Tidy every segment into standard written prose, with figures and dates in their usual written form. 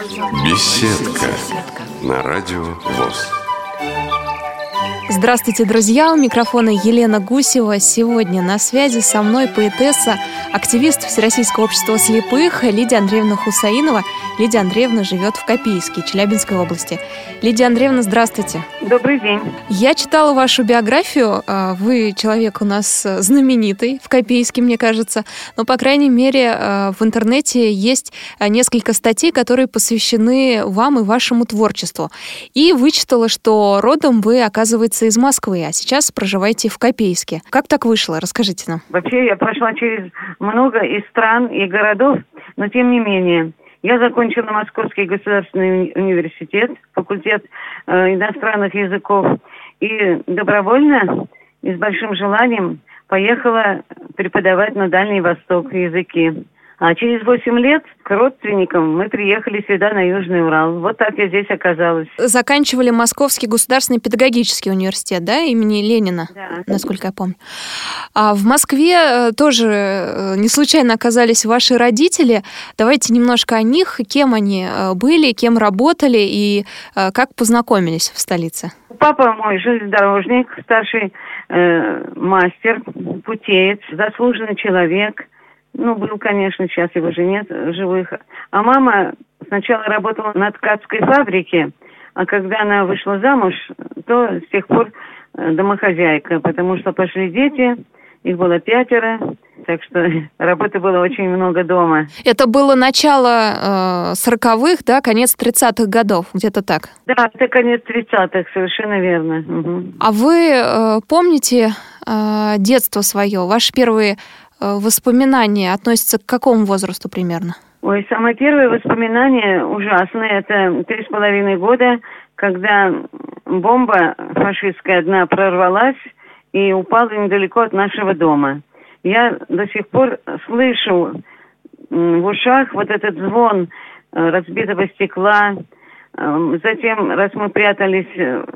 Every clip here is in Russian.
Беседка на радио ВОС. Здравствуйте, друзья! У микрофона Елена Гусева. Сегодня на связи со мной поэтесса, активист Всероссийского общества слепых Лидия Андреевна Хусаинова. Лидия Андреевна живет в Копейске, Челябинской области. Лидия Андреевна, здравствуйте. Добрый день. Я читала вашу биографию. Вы человек у нас знаменитый в Копейске, мне кажется. Но, по крайней мере, в интернете есть несколько статей, которые посвящены вам и вашему творчеству. И вычитала, что родом вы, оказывается, из Москвы, а сейчас проживаете в Копейске. Как так вышло? Расскажите нам. Вообще, я прошла через много и стран, и городов, но тем не менее. Я закончила Московский государственный университет, факультет иностранных языков, и добровольно и с большим желанием поехала преподавать на Дальний Восток языки. А через 8 лет к родственникам мы приехали сюда, на Южный Урал. Вот так я здесь оказалась. Заканчивали Московский государственный педагогический университет, да, имени Ленина, да, насколько я помню. А в Москве тоже не случайно оказались ваши родители. Давайте немножко о них, кем они были, кем работали и как познакомились в столице. Папа мой железнодорожник, старший мастер, путеец, заслуженный человек. Был, конечно, сейчас его же нет живых. А мама сначала работала на ткацкой фабрике, а когда она вышла замуж, то с тех пор домохозяйка, потому что пошли дети, их было 5, так что работы было очень много дома. Это было начало 40-х, да, конец 30-х годов, где-то так? Да, это конец 30-х, совершенно верно. Угу. А вы помните детство свое, ваши первые воспоминания относятся к какому возрасту примерно? Ой, самое первое воспоминание ужасное. Это 3,5 года, когда бомба фашистская одна прорвалась и упала недалеко от нашего дома. Я до сих пор слышу в ушах вот этот звон разбитого стекла. Затем, раз мы прятались,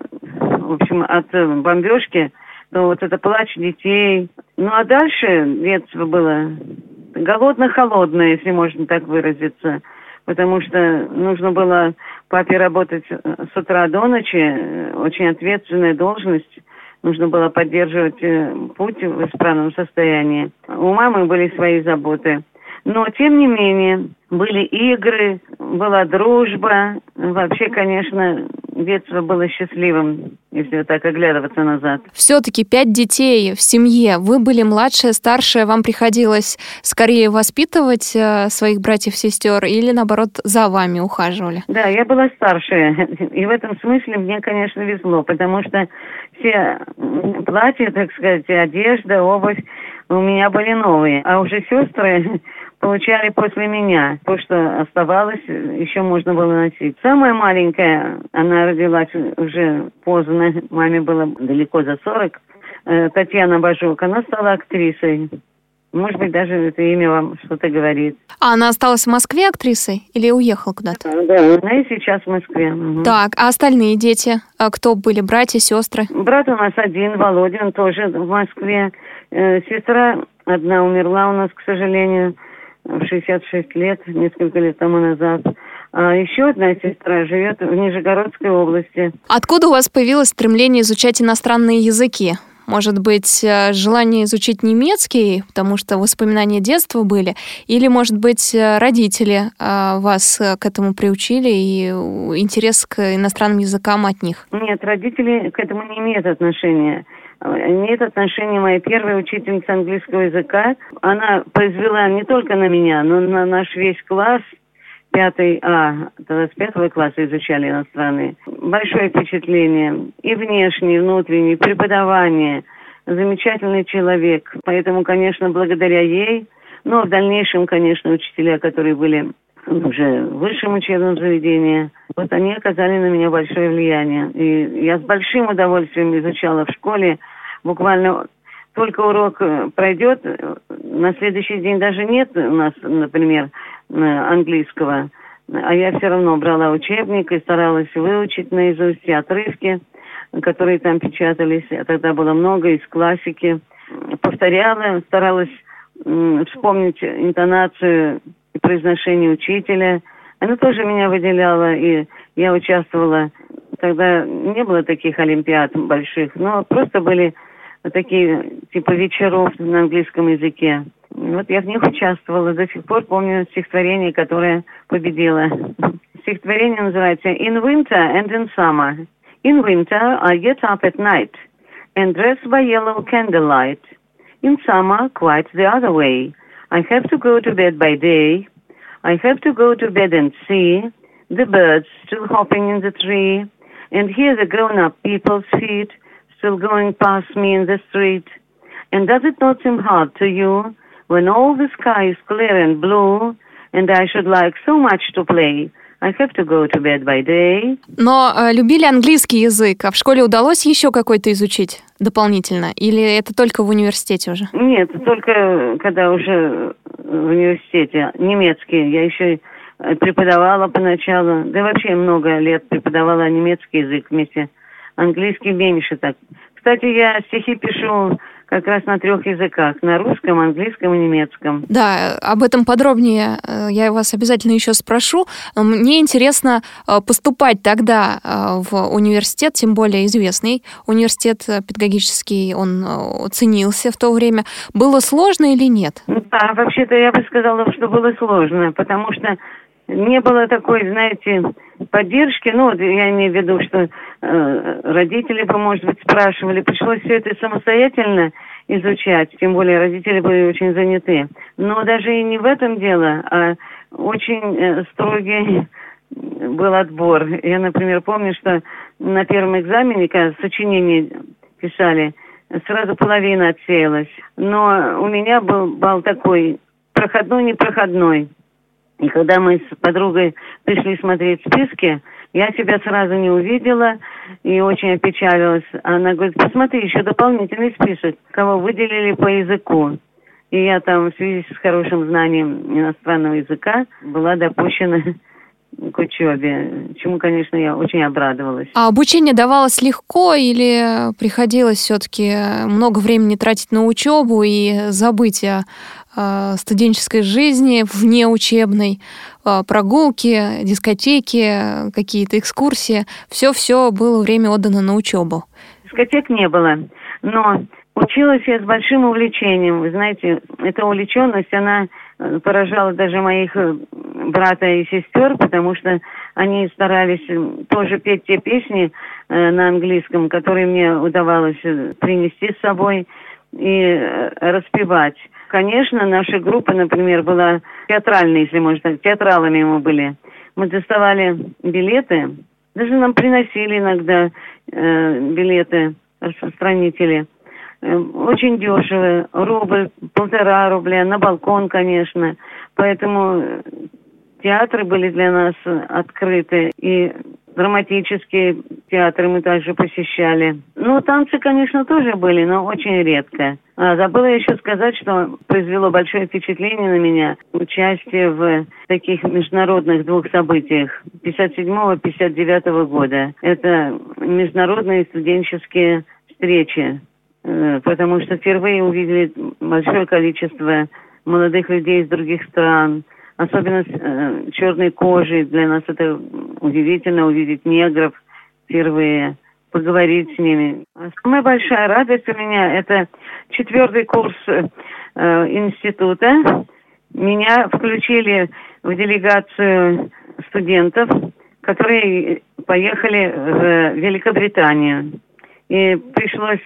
в общем, от бомбежки, то вот это плач детей. А дальше детство было голодно-холодное, если можно так выразиться. Потому что нужно было папе работать с утра до ночи. Очень ответственная должность. Нужно было поддерживать путь в исправном состоянии. У мамы были свои заботы. Но, тем не менее, были игры, была дружба. Вообще, конечно, детство было счастливым, если так оглядываться назад. Все-таки 5 детей в семье. Вы были младшая, старшая. Вам приходилось скорее воспитывать своих братьев-сестер или, наоборот, за вами ухаживали? Да, я была старшая. И в этом смысле мне, конечно, везло, потому что все платья, так сказать, одежда, обувь у меня были новые. А уже сестры получали после меня. То, что оставалось, еще можно было носить. Самая маленькая, она родилась уже поздно, маме было далеко за 40. Татьяна Бажук, она стала актрисой. Может быть, даже это имя вам что-то говорит. А она осталась в Москве актрисой или уехала куда-то? Да, она и сейчас в Москве. Угу. Так, а остальные дети? Кто были, братья, сестры? Брат у нас один, Володин, тоже в Москве. Сестра одна умерла у нас, к сожалению, в 66 лет, несколько лет тому назад. А еще одна сестра живет в Нижегородской области. Откуда у вас появилось стремление изучать иностранные языки? Может быть, желание изучить немецкий, потому что воспоминания детства были? Или, может быть, родители вас к этому приучили и интерес к иностранным языкам от них? Нет, родители к этому не имеют отношения. Имеет отношение моя первая учительница английского языка. Она произвела не только на меня, но на наш весь класс, 5А, тогда с 5 класса изучали иностранные. Большое впечатление. И внешнее, и внутреннее, преподавание. Замечательный человек. Поэтому, конечно, благодаря ей, в дальнейшем, конечно, учителя, которые были уже в высшем учебном заведении, вот они оказали на меня большое влияние. И я с большим удовольствием изучала в школе. Буквально только урок пройдет, на следующий день даже нет у нас, например, английского. А я все равно брала учебник и старалась выучить наизусть и отрывки, которые там печатались. Тогда было много из классики. Повторяла, старалась вспомнить интонацию и произношение учителя, Оно тоже меня выделяло, и я участвовала. Тогда не было таких олимпиад больших, но просто были такие типа вечеров на английском языке. Вот я в них участвовала. До сих пор помню стихотворение, которое победило. Стихотворение называется «In winter and in summer. In winter I get up at night and dress by yellow candlelight. In summer, quite the other way. I have to go to bed by day. I have to go to bed and see the birds still hopping in the tree and hear the grown-up people's feet still going past me in the street. And does it not seem hard to you when all the sky is clear and blue and I should like so much to play? I have to go to bed by day». Но любили английский язык, а в школе удалось еще какой-то изучить дополнительно? Или это только в университете уже? Нет, только когда уже в университете. Немецкий. Я еще преподавала поначалу, да вообще много лет преподавала немецкий язык вместе. Английский меньше так. Кстати, я стихи пишу как раз на 3 языках. На русском, английском и немецком. Да, об этом подробнее я вас обязательно еще спрошу. Мне интересно поступать тогда в университет, тем более известный университет педагогический, он ценился в то время. Было сложно или нет? Да, вообще-то я бы сказала, что было сложно, потому что не было такой, знаете, поддержки. Ну, я имею в виду, что родители бы, может быть, спрашивали. Пришлось все это самостоятельно изучать. Тем более родители были очень заняты. Но даже и не в этом дело, а очень строгий был отбор. Я, например, помню, что на первом экзамене, когда сочинение писали, сразу половина отсеялась. Но у меня был балл такой проходной-непроходной. И когда мы с подругой пришли смотреть списки, я себя сразу не увидела и очень опечалилась. Она говорит: посмотри, еще дополнительный список, кого выделили по языку. И я там в связи с хорошим знанием иностранного языка была допущена к учебе, чему, конечно, я очень обрадовалась. А обучение давалось легко или приходилось все-таки много времени тратить на учебу и забыть о студенческой жизни, внеучебной, прогулки, дискотеки, какие-то экскурсии? Все было время отдано на учебу. Дискотек не было, но училась я с большим увлечением. Вы знаете, эта увлеченность, она поражала даже моих брата и сестер, потому что они старались тоже петь те песни на английском, которые мне удавалось принести с собой и распевать. Конечно, наша группа, например, была театральной, если можно так, театралами мы были. Мы доставали билеты, даже нам приносили иногда билеты распространители. Очень дешево, рубль, 1,5 рубля, на балкон, конечно. Поэтому театры были для нас открыты, и драматические театры мы также посещали. Ну, танцы, конечно, тоже были, но очень редко. Забыла еще сказать, что произвело большое впечатление на меня участие в таких международных 2 событиях 57-59 года. Это международные студенческие встречи, потому что впервые увидели большое количество молодых людей из других стран, особенно с черной кожей. Для нас это удивительно, увидеть негров впервые, поговорить с ними. Самая большая радость у меня — это 4-й курс института. Меня включили в делегацию студентов, которые поехали в Великобританию. И пришлось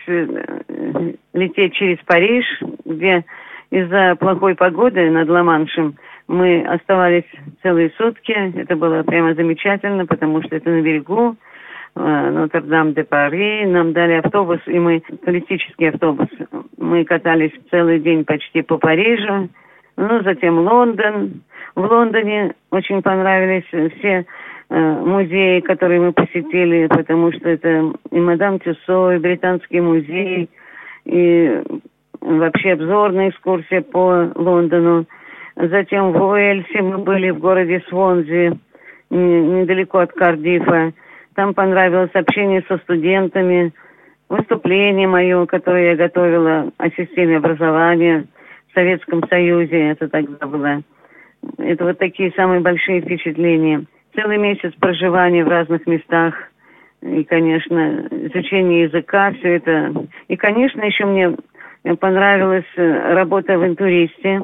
лететь через Париж, где из-за плохой погоды над Ла-Маншем мы оставались целые сутки. Это было прямо замечательно, потому что это на берегу, Нотр-Дам-де-Пари. Нам дали автобус, и мы, туристический автобус, мы катались целый день почти по Парижу. Ну, затем Лондон. В Лондоне очень понравились все музеи, которые мы посетили, потому что это и Мадам Тюссо, и Британский музей, и вообще обзорная экскурсия по Лондону. Затем в Уэльсе мы были, в городе Свонзи, недалеко от Кардифа. Там понравилось общение со студентами, выступление мое, которое я готовила о системе образования в Советском Союзе. Это тогда было Это вот такие самые большие впечатления. Целый месяц проживания в разных местах. И, конечно, изучение языка, все это. И, конечно, еще мне понравилась работа в интуристе.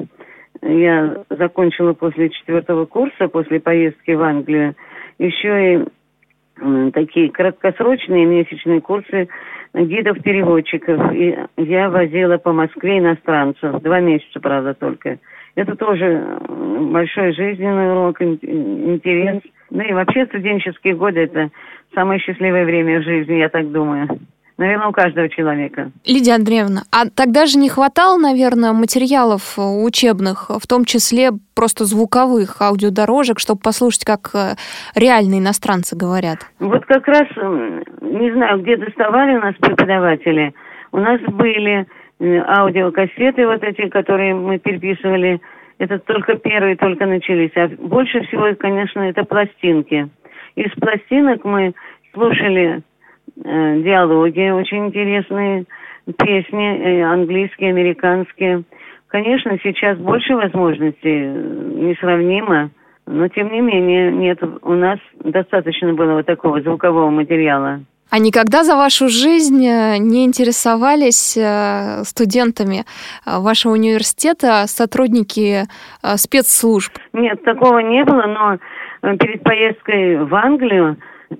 Я закончила после 4 курса, после поездки в Англию, еще и такие краткосрочные месячные курсы гидов-переводчиков. И я возила по Москве иностранцев. 2 месяца, правда, только. Это тоже большой жизненный урок, интерес. Ну и вообще студенческие годы – это самое счастливое время в жизни, я так думаю. Наверное, у каждого человека. Лидия Андреевна, а тогда же не хватало, наверное, материалов учебных, в том числе просто звуковых аудиодорожек, чтобы послушать, как реальные иностранцы говорят? Вот как раз, не знаю, где доставали у нас преподаватели. У нас были аудиокассеты вот эти, которые мы переписывали. Это только первые, только начались. А больше всего, конечно, это пластинки. Из пластинок мы слушали диалоги, очень интересные песни, английские, американские. Конечно, сейчас больше возможностей, несравнимо, но тем не менее, нет, у нас достаточно было вот такого звукового материала. А никогда за вашу жизнь не интересовались студентами вашего университета сотрудники спецслужб? Нет, такого не было, но перед поездкой в Англию,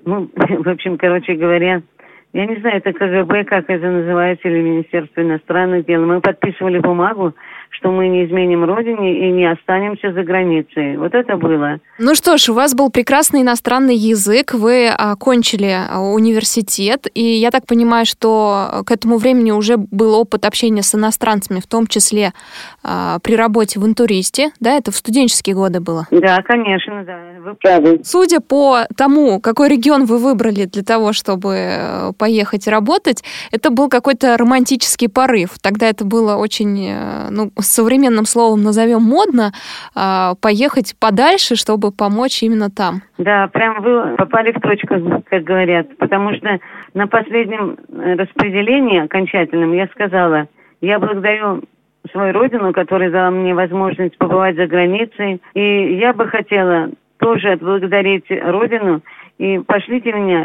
в общем, короче говоря, я не знаю, это КГБ, как это называется, или Министерство иностранных дел, мы подписывали бумагу, что мы не изменим родине и не останемся за границей. Вот это было. Ну что ж, у вас был прекрасный иностранный язык, вы окончили университет, и я так понимаю, что к этому времени уже был опыт общения с иностранцами, в том числе при работе в интуристе, да, это в студенческие годы было? Да, конечно, да, вы правы. Судя по тому, какой регион вы выбрали для того, чтобы поехать работать, это был какой-то романтический порыв. Тогда это было очень, современным словом назовем модно, поехать подальше, чтобы помочь именно там. Да, прям вы попали в точку, как говорят, потому что на последнем распределении окончательном я сказала, я благодарю свою родину, которая дала мне возможность побывать за границей, и я бы хотела тоже отблагодарить родину, и пошлите меня,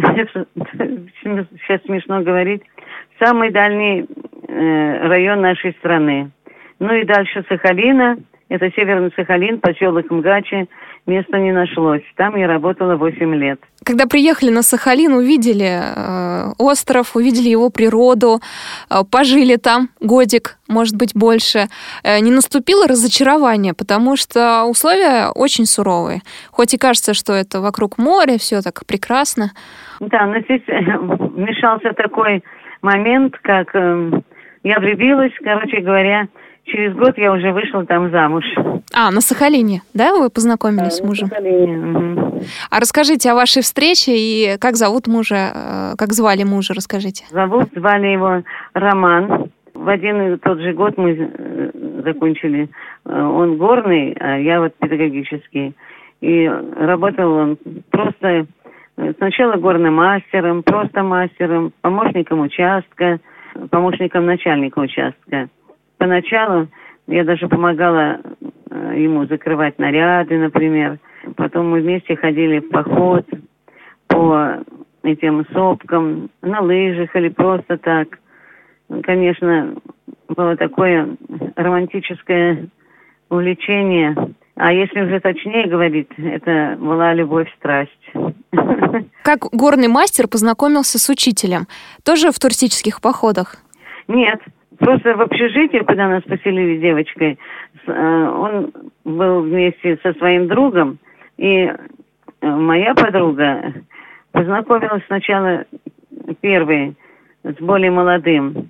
сейчас смешно говорить, в самый дальний район нашей страны. Ну и дальше Сахалина, это Северный Сахалин, поселок Мгачи, места не нашлось. Там я работала 8 лет. Когда приехали на Сахалин, увидели остров, увидели его природу, пожили там годик, может быть, больше. Не наступило разочарование, потому что условия очень суровые. Хоть и кажется, что это вокруг моря, все так прекрасно. Да, но здесь вмешался такой момент, как я влюбилась, короче говоря, через год я уже вышла там замуж. На Сахалине, да, вы познакомились с мужем? На Сахалине, угу. А расскажите о вашей встрече и как зовут мужа, как звали мужа, расскажите. Звали его Роман. В один и тот же год мы закончили. Он горный, а я вот педагогический. И работал он просто сначала горным мастером, просто мастером, помощником участка, помощником начальника участка. Поначалу я даже помогала ему закрывать наряды, например. Потом мы вместе ходили в поход по этим сопкам, на лыжах или просто так. Конечно, было такое романтическое увлечение. А если уже точнее говорить, это была любовь-страсть. Как горный мастер познакомился с учителем? Тоже в туристических походах? Нет. Просто в общежитии, куда нас поселили девочкой, он был вместе со своим другом, и моя подруга познакомилась сначала первой с более молодым.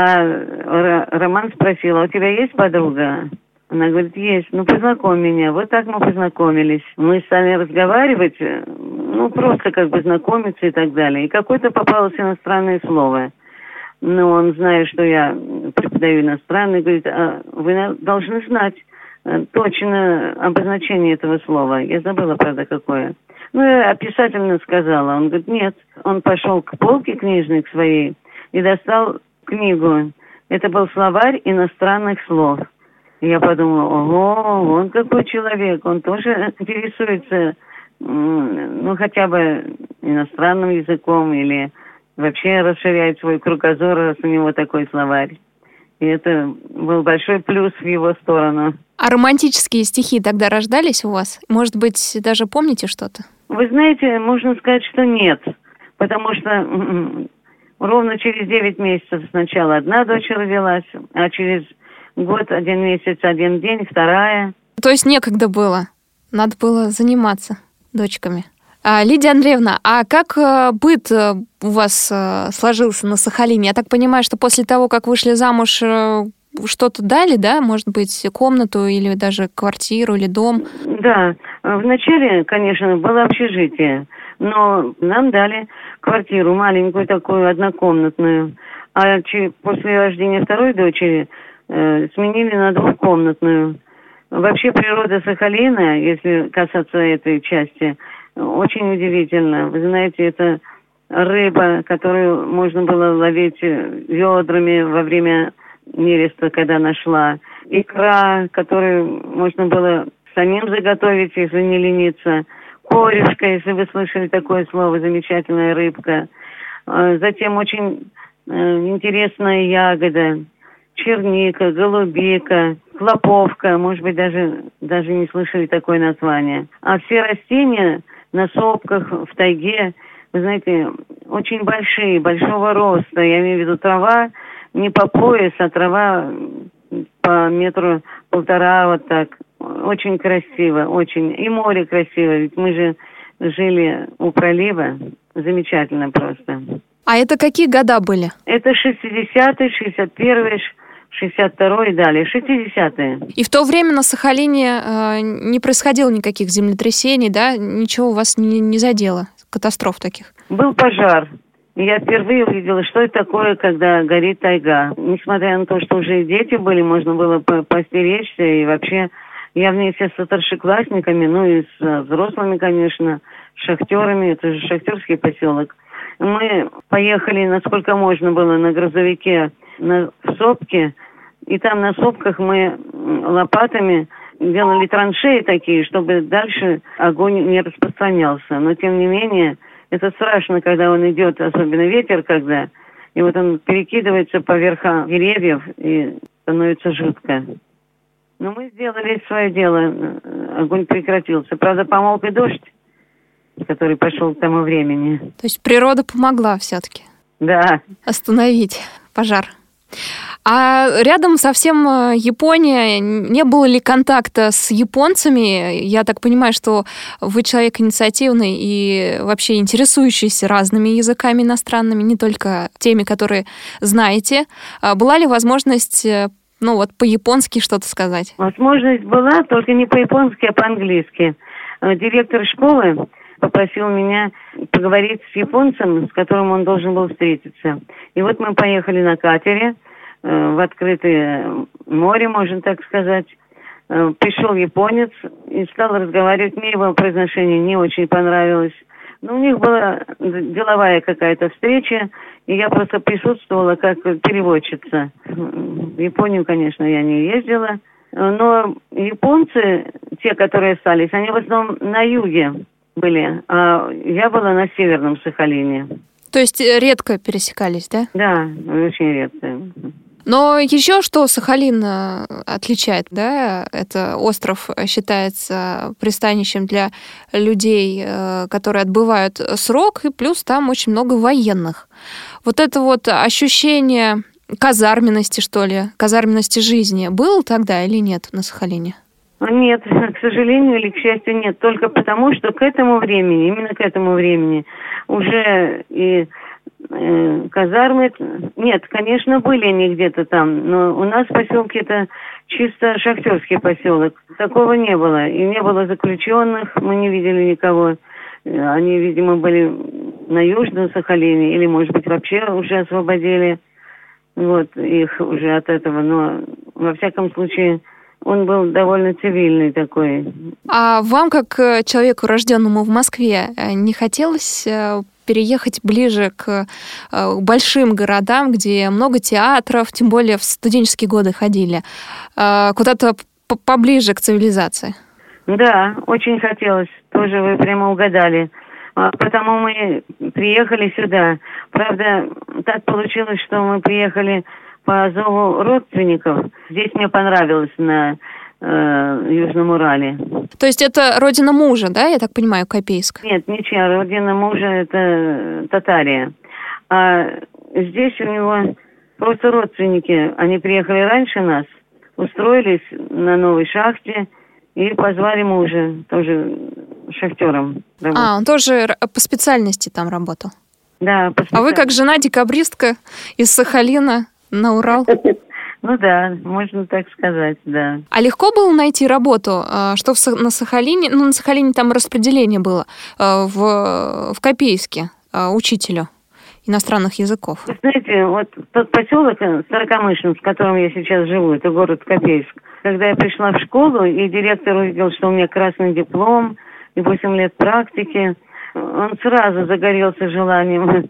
А Роман спросил, у тебя есть подруга? Она говорит, есть. Познакомь меня. Вот так мы познакомились. Мы стали разговаривать, просто как бы знакомиться и так далее. И какое-то попалось иностранное слово. Он, зная, что я преподаю иностранный, говорит, вы должны знать точно обозначение этого слова. Я забыла, правда, какое. Я описательно сказала. Он говорит, нет. Он пошел к полке книжной к своей и достал книгу. Это был словарь иностранных слов. Я подумала, ого, он какой человек, он тоже интересуется, хотя бы иностранным языком или вообще расширяет свой кругозор, раз у него такой словарь. И это был большой плюс в его сторону. А романтические стихи тогда рождались у вас? Может быть, даже помните что-то? Вы знаете, можно сказать, что нет. Потому что ровно через 9 месяцев сначала одна дочь родилась, а через год, 1 месяц, 1 день, вторая. То есть некогда было? Надо было заниматься дочками. Лидия Андреевна, а как быт у вас сложился на Сахалине? Я так понимаю, что после того, как вышли замуж, что-то дали, да? Может быть, комнату или даже квартиру или дом? Да, вначале, конечно, было общежитие, но нам дали квартиру маленькую такую, однокомнатную. А после рождения второй дочери сменили на двухкомнатную. Вообще природа Сахалина, если касаться этой части, очень удивительно. Вы знаете, это рыба, которую можно было ловить ведрами во время нереста, когда нашла. Икра, которую можно было самим заготовить, если не лениться. Корюшка, если вы слышали такое слово, замечательная рыбка. Затем очень интересная ягода. Черника, голубика, клоповка, может быть, даже не слышали такое название. А все растения на сопках, в тайге, вы знаете, очень большие, большого роста. Я имею в виду трава не по пояс, а трава по 1-1,5 метра, вот так. Очень красиво, очень. И море красиво, ведь мы же жили у пролива. Замечательно просто. А это какие года были? Это 60-е, 61-е, 62-й и далее, 60-е. И в то время на Сахалине не происходило никаких землетрясений, да? Ничего у вас не задело? Катастроф таких? Был пожар. Я впервые увидела, что это такое, когда горит тайга. Несмотря на то, что уже и дети были, можно было постеречься. И вообще я вместе со старшеклассниками, и с взрослыми, конечно, шахтерами, это же шахтерский поселок. Мы поехали, насколько можно было, на грузовике в сопки. И там на сопках мы лопатами делали траншеи такие, чтобы дальше огонь не распространялся. Но, тем не менее, это страшно, когда он идет, особенно ветер, когда, и вот он перекидывается по верхам деревьев, и становится жутко. Но мы сделали свое дело, огонь прекратился. Правда, помог и дождь, который пошел к тому времени. То есть природа помогла все-таки? Да. Остановить пожар. А рядом совсем Япония. Не было ли контакта с японцами? Я так понимаю, что вы человек инициативный и вообще интересующийся разными языками иностранными, не только теми, которые знаете. Была ли возможность, по-японски что-то сказать? Возможность была, только не по-японски, а по-английски. Директор школы попросил меня поговорить с японцем, с которым он должен был встретиться. И вот мы поехали на катере в открытое море, можно так сказать. Пришел японец и стал разговаривать. Мне его произношение не очень понравилось. Но у них была деловая какая-то встреча, и я просто присутствовала как переводчица. В Японию, конечно, я не ездила. Но японцы, те, которые остались, они в основном на юге были, а я была на северном Сахалине. То есть редко пересекались, да? Да, очень редко. Но еще что Сахалин отличает, да? Это остров считается пристанищем для людей, которые отбывают срок, и плюс там очень много военных. Вот это вот ощущение казарменности, что ли, казарменности жизни было тогда или нет на Сахалине? Нет, к сожалению или к счастью, нет. Только потому, что именно к этому времени уже и казармы... Нет, конечно, были они где-то там, но у нас в поселке это чисто шахтерский поселок. Такого не было. И не было заключенных, мы не видели никого. Они, видимо, были на Южном Сахалине, или, может быть, вообще уже освободили их уже от этого. Но, во всяком случае, он был довольно цивильный такой. А вам, как человеку, рожденному в Москве, не хотелось переехать ближе к большим городам, где много театров, тем более в студенческие годы ходили, куда-то поближе к цивилизации? Да, очень хотелось. Тоже вы прямо угадали. Потому мы приехали сюда. Правда, так получилось, что мы приехали по зову родственников. Здесь мне понравилось на Южном Урале. То есть это родина мужа, да, я так понимаю, Копейск? Нет, ничья. Родина мужа — это Татария. А здесь у него просто родственники. Они приехали раньше нас, устроились на новой шахте и позвали мужа, тоже шахтером работать. Он тоже по специальности там работал? Да, по специальности. А вы как жена декабристка из Сахалина на Урал? Ну да, можно так сказать, да. А легко было найти работу? Что на Сахалине? Ну, на Сахалине там распределение было в Копейске учителю иностранных языков. Вы знаете, вот тот поселок Старокамышин, в котором я сейчас живу, это город Копейск. Когда я пришла в школу, и директор увидел, что у меня красный диплом и 8 лет практики, он сразу загорелся желанием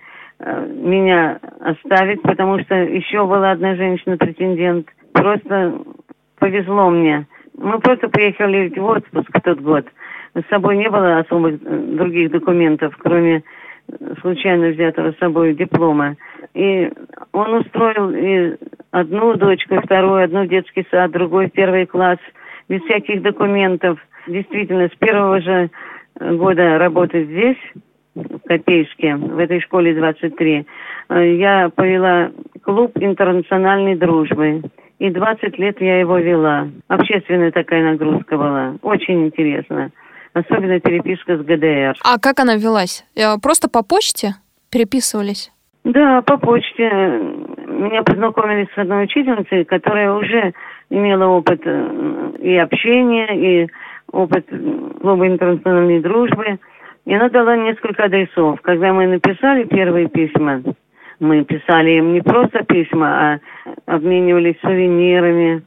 меня оставить, потому что еще была одна женщина-претендент. Просто повезло мне. Мы просто приехали в отпуск в тот год. С собой не было особых других документов, кроме случайно взятого с собой диплома. И он устроил и одну дочку, и вторую, одну в детский сад, другой в первый класс, без всяких документов. Действительно, с первого же года работы здесь, в Копейске, в этой школе 23, я повела клуб интернациональной дружбы. И 20 лет я его вела. Общественная такая нагрузка была. Очень интересно. Особенно переписка с ГДР. А как она велась? Просто по почте переписывались? Да, по почте. Меня познакомили с одной учительницей, которая уже имела опыт и общения, и опыт клуба интернациональной дружбы. И она дала несколько адресов. Когда мы написали первые письма, мы писали им не просто письма, а обменивались сувенирами,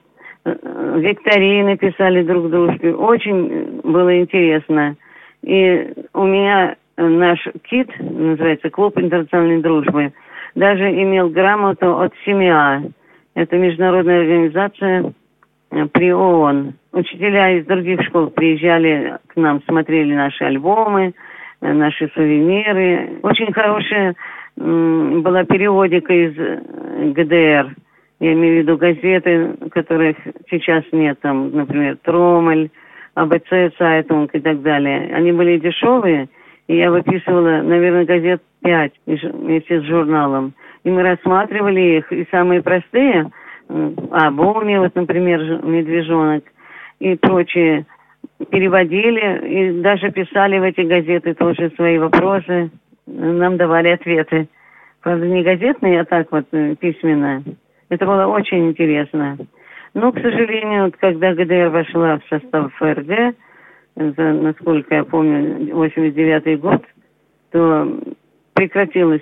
викторины писали друг дружке. Очень было интересно. И у меня наш КИТ, называется Клуб интернациональной дружбы, даже имел грамоту от СИМИА. Это международная организация при ООН. Учителя из других школ приезжали к нам, смотрели наши альбомы, наши сувениры. Очень хорошая была периодика из ГДР. Я имею в виду газеты, которых сейчас нет, там, например, Тромель, АБЦ, Цайтунг и так далее. Они были дешевые, и я выписывала, наверное, газет 5 вместе с журналом. И мы рассматривали их, и самые простые, Буми, вот, например, «Медвежонок» и прочие, переводили и даже писали в эти газеты тоже свои вопросы. Нам давали ответы. Правда, не газетные, а так вот письменно. Это было очень интересно. Но, к сожалению, вот, когда ГДР вошла в состав ФРГ, это, насколько я помню, 89-й год, то прекратилась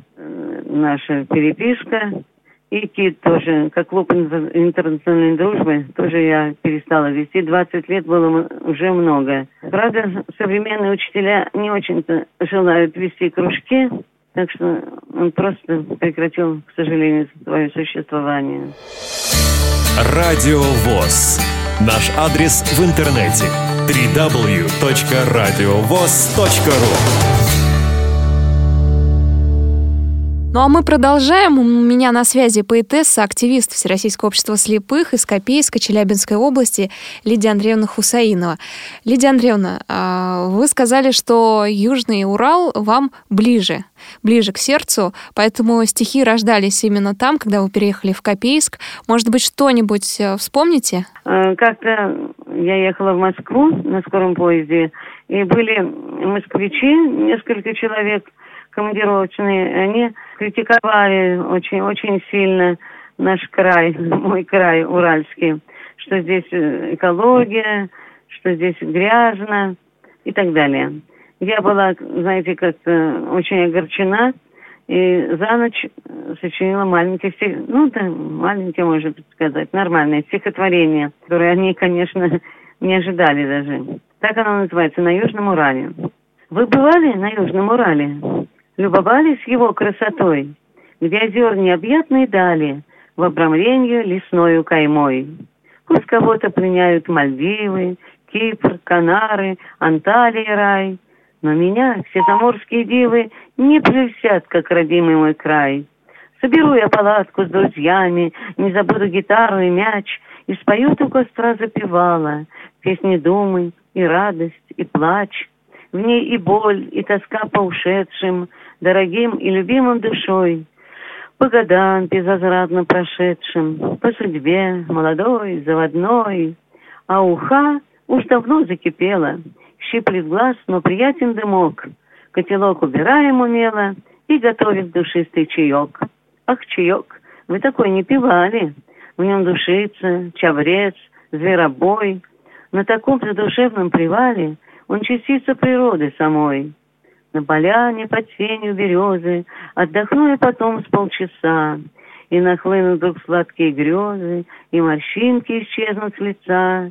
наша переписка. И КИТ тоже, как клуб интернациональной дружбы, тоже я перестала вести. 20 лет было уже много. Правда, современные учителя не очень-то желают вести кружки, так что он просто прекратил, к сожалению, свое существование. Радио ВОС. Наш адрес в интернете www.radiovoz.ru. Ну а мы продолжаем. У меня на связи поэтесса, активист Всероссийского общества слепых из Копейска, Челябинской области Лидия Андреевна Хусаинова. Лидия Андреевна, вы сказали, что Южный Урал вам ближе к сердцу, поэтому стихи рождались именно там, когда вы переехали в Копейск. Может быть, что-нибудь вспомните? Как-то я ехала в Москву на скором поезде, и были москвичи, несколько человек, командировочные, они критиковали очень сильно наш край, мой край уральский, что здесь экология, что здесь грязно и так далее. Я была, знаете, как-то очень огорчена, и за ночь сочинила маленькие, можно сказать, нормальное стихотворение, которое они, конечно, не ожидали даже. Так оно называется, «На Южном Урале». Вы бывали на Южном Урале? любовались его красотой, где озер необъятной дали, в обрамлении лесною каймой. Пусть кого-то пленяют Мальдивы, Кипр, Канары, Анталия рай, но меня все заморские дивы не прельстят, как родимый мой край. Соберу я палатку с друзьями, не забуду гитару и мяч, и спою у костра запевала песни думы, и радость, и плач. В ней и боль, и тоска по ушедшим, дорогим и любимым душой, по годам безвозвратно прошедшим, по судьбе молодой, заводной. А уха уж давно закипела, щиплет глаз, но приятен дымок. Котелок убираем умело и готовит душистый чаек. Ах, чаек, вы такой не пивали. В нем душица, чабрец, зверобой. На таком задушевном привале он частица природы самой. На поляне под сенью березы отдохну я потом с полчаса, и нахлынут вдруг сладкие грезы, и морщинки исчезнут с лица.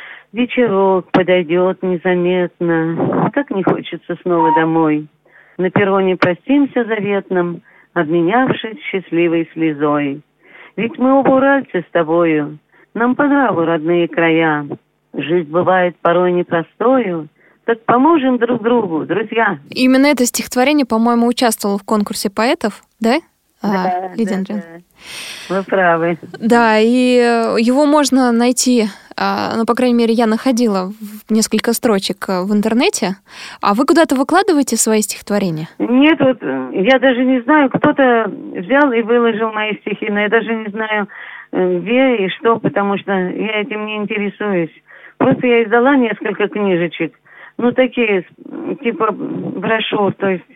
Вечерок подойдет незаметно, как не хочется снова домой. На перроне простимся заветным, обменявшись счастливой слезой. Ведь мы оба уральцы с тобою, нам по нраву родные края. Жизнь бывает порой непростою, так поможем друг другу, друзья. Именно это стихотворение, по-моему, участвовало в конкурсе поэтов, да? Да, Лидия да, Андреевна? да. Вы правы. Да, и его можно найти, ну, по крайней мере, я находила несколько строчек в интернете. А вы куда-то выкладываете свои стихотворения? Нет, вот я даже не знаю, кто-то взял и выложил мои стихи, но я даже не знаю, где и что, потому что я этим не интересуюсь. Просто я издала несколько книжечек, ну, такие, типа брошюр, то есть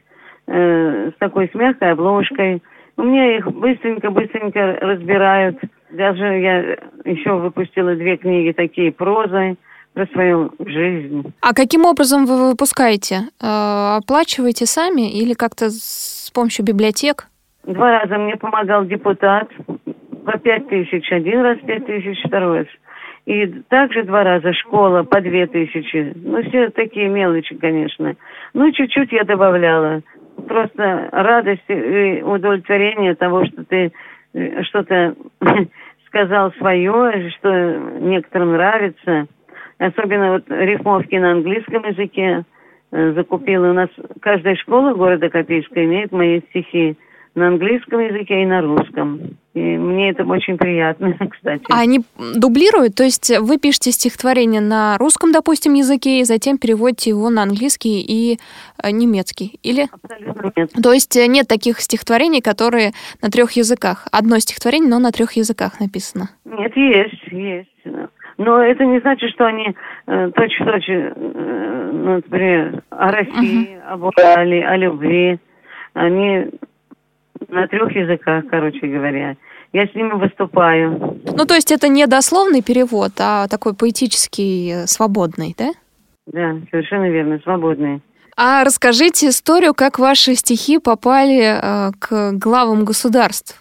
с такой с мягкой обложкой. У меня их быстренько разбирают. Даже я еще выпустила 2 книги такие прозой про свою жизнь. А каким образом вы выпускаете? Оплачиваете сами или как-то с помощью библиотек? 2 раза мне помогал депутат. По 5000. 1 раз 5000, 2 раз. И также 2 раза школа по 2000. Ну, все такие мелочи, конечно. Ну, чуть-чуть я добавляла. Просто радость и удовлетворение того, что ты что-то сказал свое, что некоторым нравится. Особенно вот рифмовки на английском языке закупила. У нас каждая школа города Копейска имеет мои стихи на английском языке и на русском. И мне это очень приятно, кстати. А они дублируют? То есть вы пишете стихотворение на русском, допустим, языке, и затем переводите его на английский и немецкий? Или? Абсолютно нет. То есть нет таких стихотворений, которые на 3 языках? Одно стихотворение, но на 3 языках написано? Нет, есть. Но это не значит, что они точь-в-точь, например, о России, об Урале, о любви. Они на 3 языках, короче говоря. Я с ними выступаю. Ну, то есть это не дословный перевод, а такой поэтический, свободный, да? Да, совершенно верно, свободные. А расскажите историю, как ваши стихи попали к главам государств.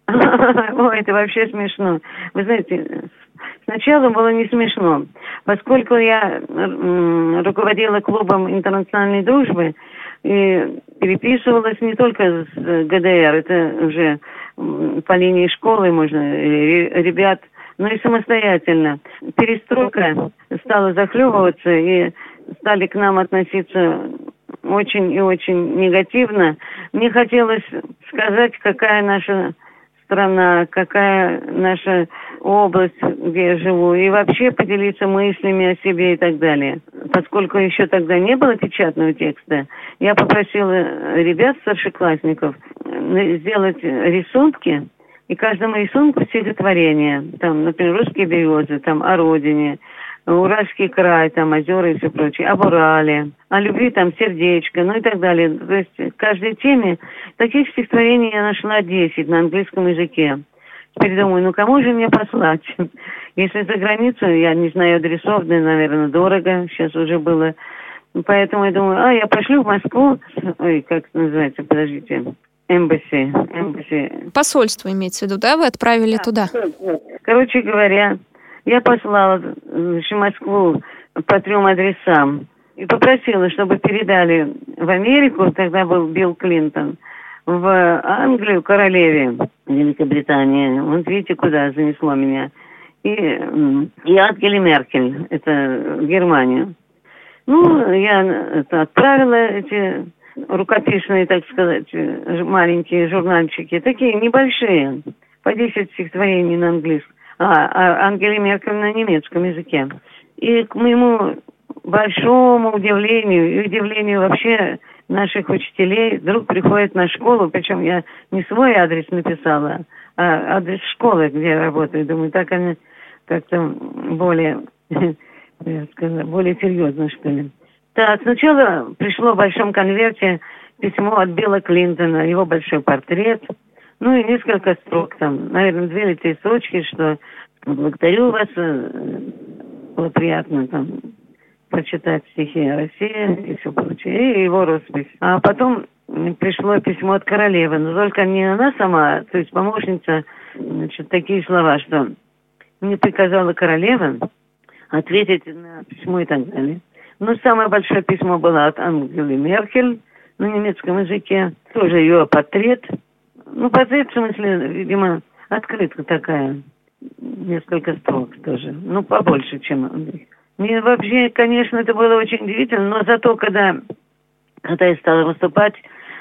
Ой, это вообще смешно. Вы знаете, сначала было не смешно, поскольку я руководила клубом интернациональной дружбы и переписывалась не только с ГДР, это уже по линии школы можно, ребят, но и самостоятельно. Перестройка стала захлебываться, и стали к нам относиться очень и очень негативно. Мне хотелось сказать, какая наша страна, какая наша область, где я живу, и вообще поделиться мыслями о себе и так далее. Поскольку еще тогда не было печатного текста, я попросила ребят, старшеклассников, сделать рисунки, и каждому рисунку стихотворение. Там, например, «Русские березы», там о родине, Уральский край, там озера и все прочее, об Урале, о любви, там сердечко, ну и так далее. То есть к каждой теме таких стихотворений я нашла 10 на английском языке. Теперь думаю, ну кому же мне послать? Если за границу, я не знаю адресов, да, наверное, дорого сейчас уже было. Поэтому я думаю, я пошлю в Москву, ой, как это называется, подождите, Embassy. Посольство имеется в виду, да? Вы отправили туда? Короче говоря, я послала в Москву по 3 адресам. и попросила, чтобы передали в Америку, тогда был Билл Клинтон, в Англию, королеве Великобритании. Вот видите, куда занесло меня. И Ангеле Меркель, это в Германию. Ну, я отправила эти рукописные, так сказать, маленькие журнальчики, такие небольшие, по 10 стихотворений на английском, Ангеле Меркель на немецком языке. И к моему большому удивлению и удивлению вообще наших учителей вдруг приходят на школу, причем я не свой адрес написала, а адрес школы, где я работаю. Думаю, так они как-то более, я сказала, более серьезно, что ли. Так, сначала пришло в большом конверте письмо от Билла Клинтона, его большой портрет, ну и несколько строк там, наверное, 2 или 3 строчки, что благодарю вас, было приятно там прочитать стихи о России и все прочее, и его роспись. А потом пришло письмо от королевы, но только не она сама, то есть помощница, значит, такие слова, что мне приказала королева ответить на письмо и так далее. Но самое большое письмо было от Ангелы Меркель на немецком языке, тоже ее портрет. Ну, портрет, в смысле, видимо, открытка такая, несколько строк тоже, ну, побольше, чем Андрей. Мне вообще, конечно, это было очень удивительно, но зато, когда я стала выступать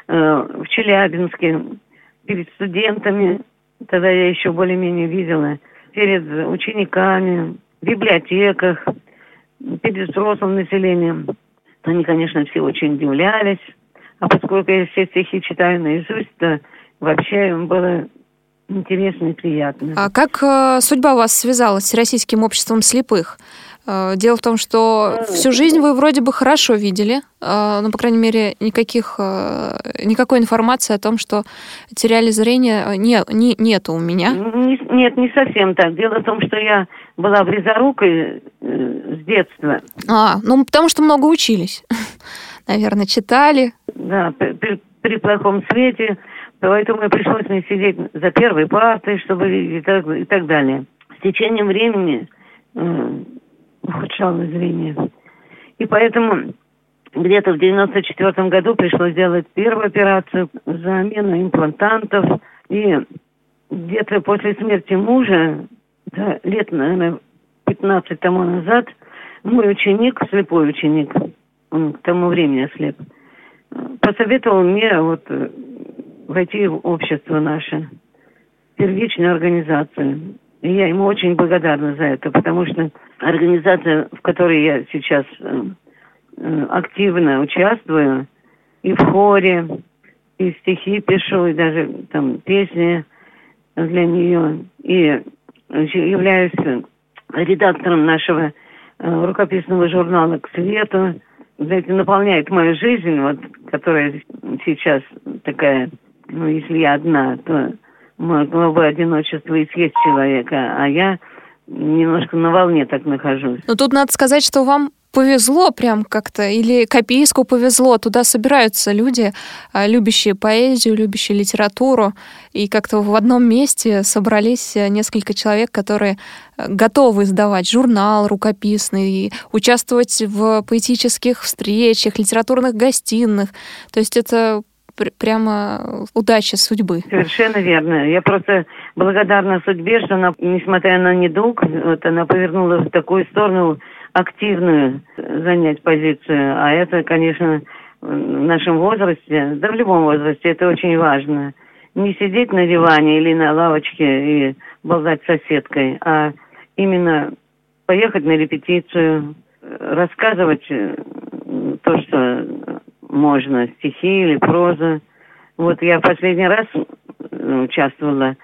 в Челябинске перед студентами, тогда я еще более-менее видела, перед учениками, в библиотеках, перед взрослым населением, то они, конечно, все очень удивлялись. А поскольку я все стихи читаю наизусть, то вообще им было интересно и приятно. А как судьба вас связалась с Российским обществом слепых? Дело в том, что всю жизнь вы вроде бы хорошо видели, но, по крайней мере, никакой информации о том, что теряли зрение, нету у меня. Нет, не совсем так. Дело в том, что я была близорукой с детства. Ну, потому что много учились. Наверное, читали. Да, при плохом свете, поэтому мне пришлось мне сидеть за первой партой, чтобы видеть и так далее. С течением времени ухудшалось зрение. И поэтому где-то в 1994 году пришлось сделать первую операцию, замену имплантантов. И где-то после смерти мужа, да, лет, наверное, 15 тому назад, мой ученик, слепой ученик, он к тому времени ослеп, посоветовал мне вот войти в общество наше, первичную организацию. И я ему очень благодарна за это, потому что организация, в которой я сейчас активно участвую, и в хоре, и стихи пишу, и даже там песни для нее, и являюсь редактором нашего рукописного журнала «К свету». Знаете, наполняет мою жизнь, вот, которая сейчас такая, ну, если я одна, то мое голубое одиночество и съесть человека, а я немножко на волне так нахожусь. Но тут надо сказать, что вам повезло прям как-то, или Копейску повезло. Туда собираются люди, любящие поэзию, любящие литературу, и как-то в одном месте собрались несколько человек, которые готовы издавать журнал рукописный, и участвовать в поэтических встречах, литературных гостиных. То есть это прямо удача судьбы. Совершенно верно. Я просто благодарна судьбе, что она, несмотря на недуг, вот она повернула в такую сторону активную занять позицию. А это, конечно, в нашем возрасте, да в любом возрасте, это очень важно. Не сидеть на диване или на лавочке и болтать с соседкой, а именно поехать на репетицию, рассказывать то, что можно, стихи или проза. Вот я в последний раз участвовала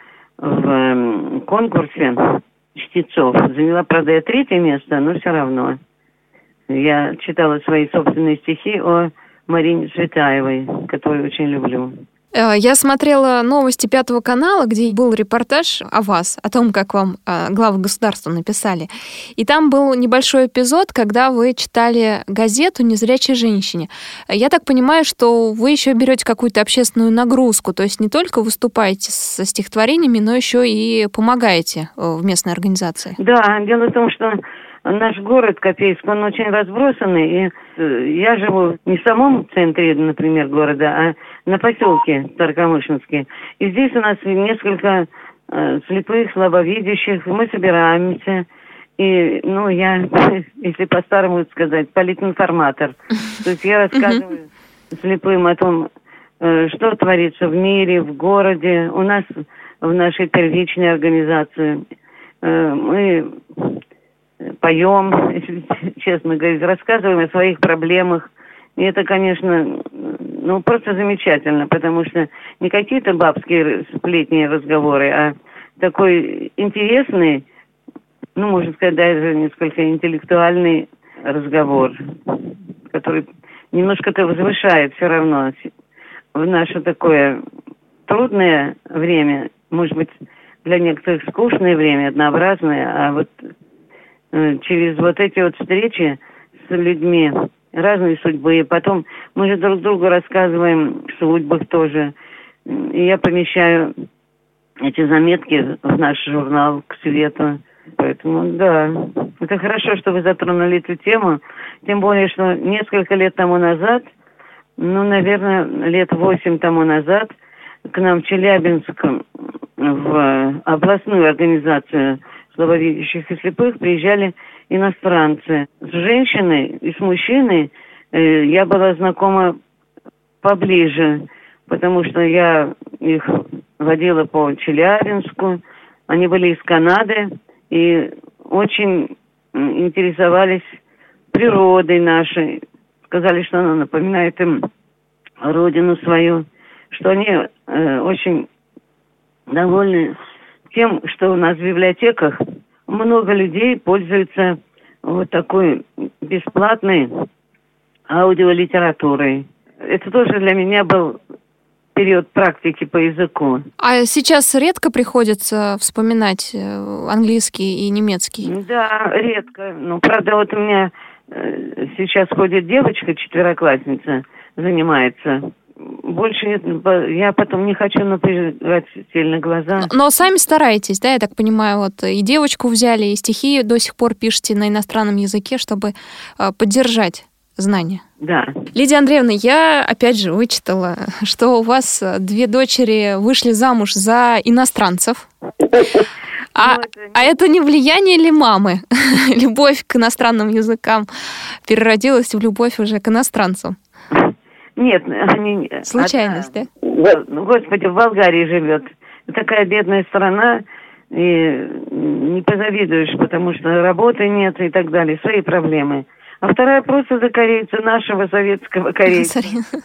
в конкурсе чтецов. Заняла, правда, я 3-е место, но все равно. Я читала свои собственные стихи о Марине Цветаевой, которую очень люблю. Я смотрела новости 5 канала, где был репортаж о вас, о том, как вам главы государства написали. И там был небольшой эпизод, когда вы читали газету «Незрячей женщине». Я так понимаю, что вы еще берете какую-то общественную нагрузку, то есть не только выступаете со стихотворениями, но еще и помогаете в местной организации. Да, дело в том, что наш город Копейск, он очень разбросанный, и я живу не в самом центре, например, города, а на поселке Старокамышинске. И здесь у нас несколько слепых, слабовидящих, мы собираемся. И, я, если по-старому сказать, политинформатор. То есть я рассказываю слепым о том, что творится в мире, в городе. У нас в нашей первичной организации мы поем, если честно говоря, рассказываем о своих проблемах. И это, конечно, просто замечательно, потому что не какие-то бабские сплетни разговоры, а такой интересный, можно сказать, даже несколько интеллектуальный разговор, который немножко-то возвышает все равно в наше такое трудное время, может быть, для некоторых скучное время, однообразное, а вот через вот эти вот встречи с людьми разной судьбы, и потом мы же друг другу рассказываем о судьбах тоже, и я помещаю эти заметки в наш журнал «К свету». Поэтому, да, это хорошо, что вы затронули эту тему, тем более, что несколько лет тому назад, наверное, лет 8 тому назад, к нам в Челябинск, в областную организацию слабовидящих и слепых приезжали иностранцы. С женщиной и с мужчиной я была знакома поближе, потому что я их водила по Челябинску, они были из Канады и очень интересовались природой нашей. Сказали, что она напоминает им родину свою, что они очень довольны тем, что у нас в библиотеках много людей пользуются вот такой бесплатной аудиолитературой. Это тоже для меня был период практики по языку. А сейчас редко приходится вспоминать английский и немецкий? Да, редко. Правда, вот у меня сейчас ходит девочка, 4-классница, занимается. Больше нет, я потом не хочу напрягать сильно глаза. Но сами стараетесь, да, я так понимаю, вот и девочку взяли, и стихи до сих пор пишете на иностранном языке, чтобы поддержать знания. Да. Лидия Андреевна, я опять же вычитала, что у вас 2 дочери вышли замуж за иностранцев. А это не влияние ли мамы? Любовь к иностранным языкам переродилась в любовь уже к иностранцам? Нет, они... Случайность, да? Господи, в Болгарии живет. Такая бедная страна, и не позавидуешь, потому что работы нет и так далее, свои проблемы. А вторая просто за корейца, нашего советского корейца.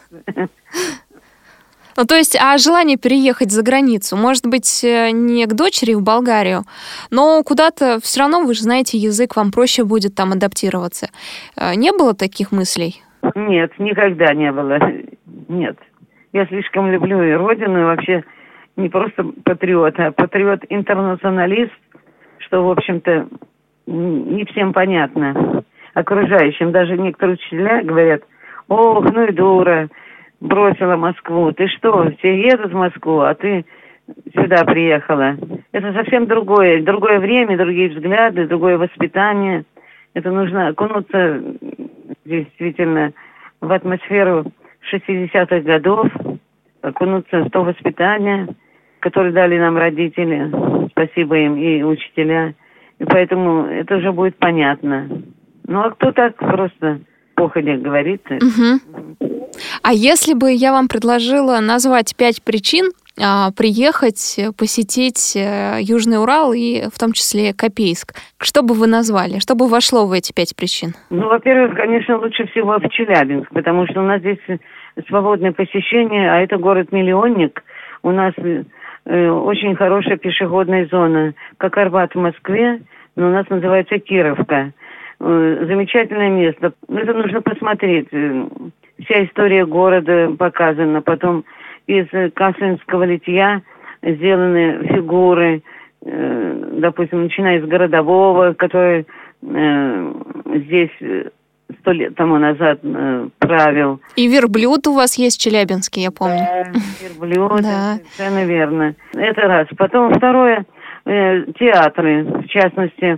То есть, а желание переехать за границу, может быть, не к дочери в Болгарию, но куда-то все равно, вы же знаете, язык, вам проще будет там адаптироваться. Не было таких мыслей? Нет, никогда не было. Нет. Я слишком люблю и родину, и вообще не просто патриот, а патриот-интернационалист, что, в общем-то, не всем понятно окружающим. Даже некоторые учителя говорят: ох, и дура, бросила Москву. Ты что, все едут в Москву, а ты сюда приехала. Это совсем другое время, другие взгляды, другое воспитание. Это нужно окунуться действительно в атмосферу 60-х годов, окунуться в то воспитание, которое дали нам родители, спасибо им, и учителя. И поэтому это уже будет понятно. А кто так просто походя говорит? Угу. А если бы я вам предложила назвать 5 причин приехать, посетить Южный Урал и в том числе Копейск, что бы вы назвали? Что бы вошло в эти 5 причин? Во-первых, конечно, лучше всего в Челябинск, потому что у нас здесь свободное посещение, а это город-миллионник. У нас очень хорошая пешеходная зона, как Арбат в Москве, но у нас называется Кировка. Замечательное место. Это нужно посмотреть. Вся история города показана. Потом из Каслинского литья сделаны фигуры, допустим, начиная с городового, который здесь 100 лет тому назад правил. И верблюд у вас есть в Челябинске, я помню. Да, верблюд, да. Совершенно верно. Это раз. Потом второе, театры. В частности,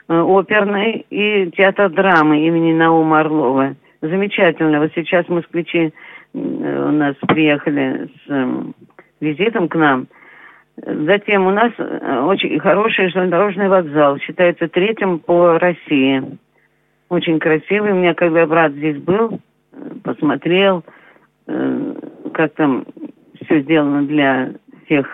оперный и театр драмы имени Наума Орлова. Замечательно. Вот сейчас москвичи у нас приехали с визитом к нам. Затем у нас очень хороший железнодорожный вокзал. Считается 3-м по России. Очень красивый. У меня, когда брат здесь был, посмотрел, как там все сделано для тех,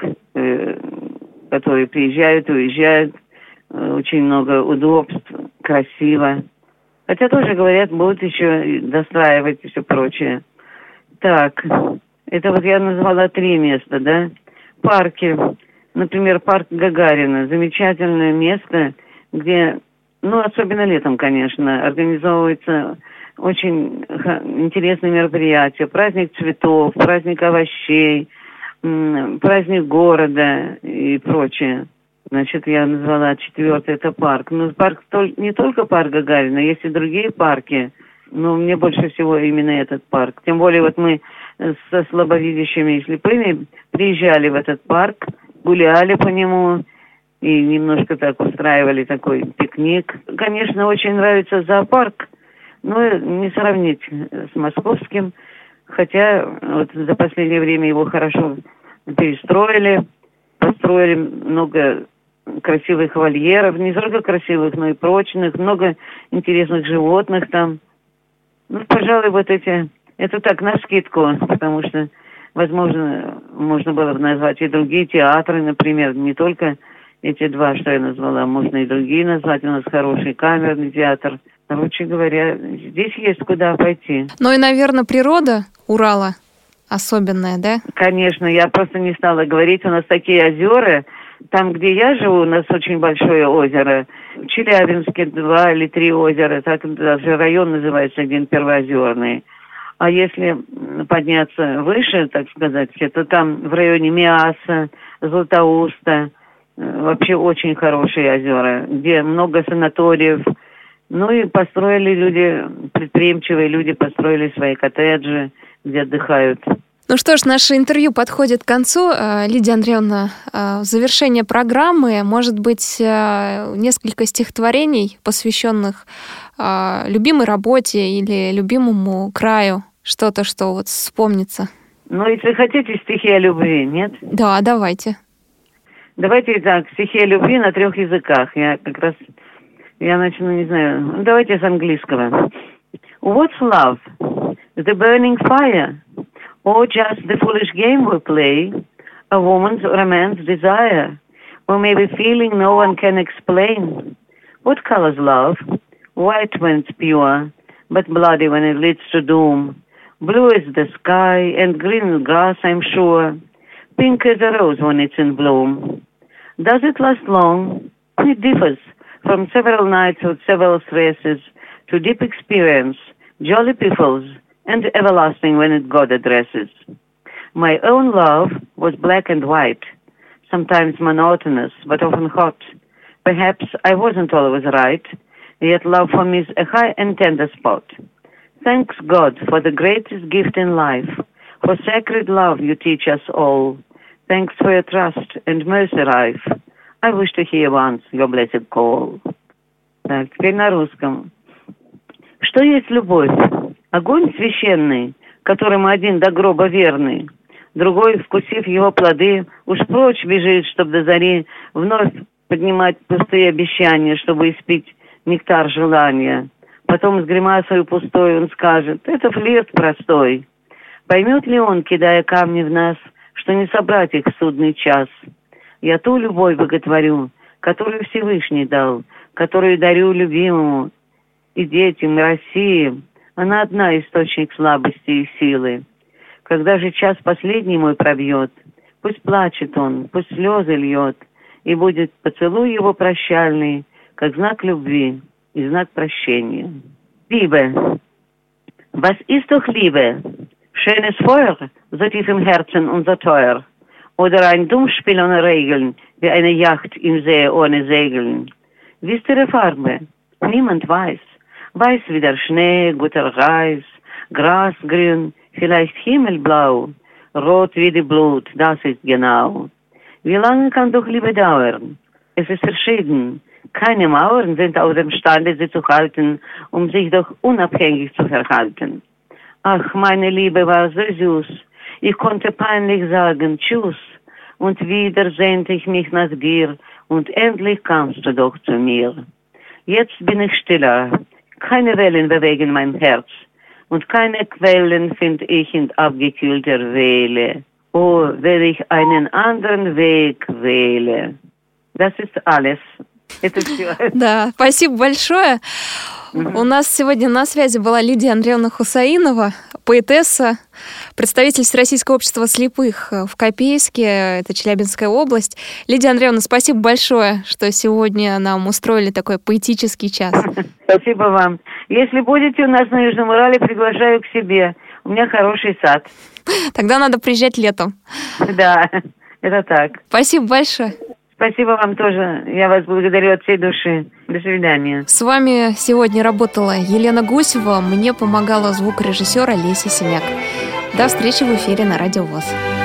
которые приезжают, уезжают. Очень много удобств, красиво. Хотя тоже, говорят, будут еще достраивать и все прочее. Так, это вот я назвала 3 места, да? Парки. Например, парк Гагарина. Замечательное место, где, особенно летом, конечно, организовываются очень интересные мероприятия. Праздник цветов, праздник овощей, праздник города и прочее. Значит, я назвала 4-й, это парк. Парк не только парк Гагарина, есть и другие парки. Но мне больше всего именно этот парк. Тем более вот мы со слабовидящими и слепыми приезжали в этот парк, гуляли по нему и немножко так устраивали такой пикник. Конечно, очень нравится зоопарк, но не сравнить с московским. Хотя вот за последнее время его хорошо перестроили, построили много красивых вольеров, не только красивых, но и прочных, много интересных животных там. Пожалуй, вот эти, это так, навскидку, потому что, возможно, можно было бы назвать и другие театры, например, не только эти 2, что я назвала, можно и другие назвать. У нас хороший камерный театр. Короче говоря, здесь есть куда пойти. Ну и, наверное, природа Урала особенная, да? Конечно, я просто не стала говорить. У нас такие озера. Там, где я живу, у нас очень большое озеро. В Челябинске 2 или 3 озера. Так даже район называется один Первоозерный. А если подняться выше, так сказать, то там в районе Миаса, Златоуста, вообще очень хорошие озера, где много санаториев. И построили люди, предприимчивые люди построили свои коттеджи, где отдыхают. Ну что ж, наше интервью подходит к концу. Лидия Андреевна, в завершение программы, может быть, несколько стихотворений, посвященных любимой работе или любимому краю, что-то, что вот вспомнится. Если хотите, стихи о любви, нет? Да, давайте. Давайте так, стихи о любви на 3 языках. Я начну, не знаю, давайте с английского. What's love? The burning fire? Or just the foolish game we play? A woman's or a man's desire? Or maybe feeling no one can explain? What color's love? White when it's pure, but bloody when it leads to doom. Blue is the sky and green is grass, I'm sure. Pink as a rose when it's in bloom. Does it last long? It differs from several nights with several stresses to deep experience, jolly piffles, and everlasting when it God addresses. My own love was black and white, sometimes monotonous, but often hot. Perhaps I wasn't always right, yet love for me is a high and tender spot. Thanks God for the greatest gift in life, for sacred love you teach us all. Thanks for your trust and mercy, life. I wish to hear once your blessed call. Так, теперь на русском. Что есть любовь? Огонь священный, которому один до гроба верный, другой, вкусив его плоды, уж прочь бежит, чтоб до зари вновь поднимать пустые обещания, чтобы испить нектар желания. Потом с гримасой пустой он скажет: это флирт простой. Поймет ли он, кидая камни в нас, что не собрать их в судный час? Я ту любовь боготворю, которую Всевышний дал, которую дарю любимому и детям, и России. Она одна источник слабости и силы. Когда же час последний мой пробьет, пусть плачет он, пусть слезы льет, и будет поцелуй его прощальный, как знак любви и знак прощения. Liebe. Was ist doch Liebe? Schönes Feuer, so tief im Herzen und so teuer. Oder ein Dummspiel ohne Regeln, wie eine Yacht im See ohne Segeln. Wie ist ihre Farbe? Niemand weiß. Weiß wie der Schnee, guter Reis, Grasgrün, vielleicht Himmelblau, rot wie die Blut, das ist genau. Wie lange kann doch Liebe dauern? Es ist verschieden, Keine Mauern sind aus dem Stande, sie zu halten, sich doch unabhängig zu verhalten. Ach, meine Liebe war so süß. Ich konnte peinlich sagen, tschüss. Und wieder sehnte ich mich nach dir. Und endlich kamst du doch zu mir. Jetzt bin ich stiller. Keine Wellen bewegen mein Herz. Und keine Quellen find ich in abgekühlter Wehle. Oh, wenn ich einen anderen Weg wähle. Das ist alles. Это все. Да, спасибо большое. У нас сегодня на связи была Лидия Андреевна Хусаинова, поэтесса, представитель Всероссийского общества слепых в Копейске, это Челябинская область. Лидия Андреевна, спасибо большое, что сегодня нам устроили такой поэтический час. Спасибо вам. Если будете у нас на Южном Урале, приглашаю к себе. У меня хороший сад. Тогда надо приезжать летом. Да, это так. Спасибо большое. Спасибо вам тоже. Я вас благодарю от всей души. До свидания. С вами сегодня работала Елена Гусева. Мне помогала звукорежиссер Олеся Синяк. До встречи в эфире на Радио ВОС.